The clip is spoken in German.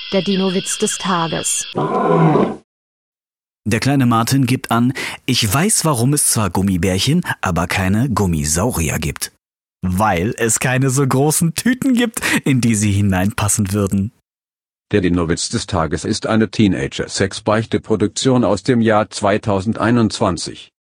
Der Dino-Witz des Tages. Der kleine Martin gibt an, ich weiß, warum es zwar Gummibärchen, aber keine Gummisaurier gibt. Weil es keine so großen Tüten gibt, in die sie hineinpassen würden. Der Dino-Witz des Tages ist eine Teenager-Sex-Beichte-Produktion aus dem Jahr 2021.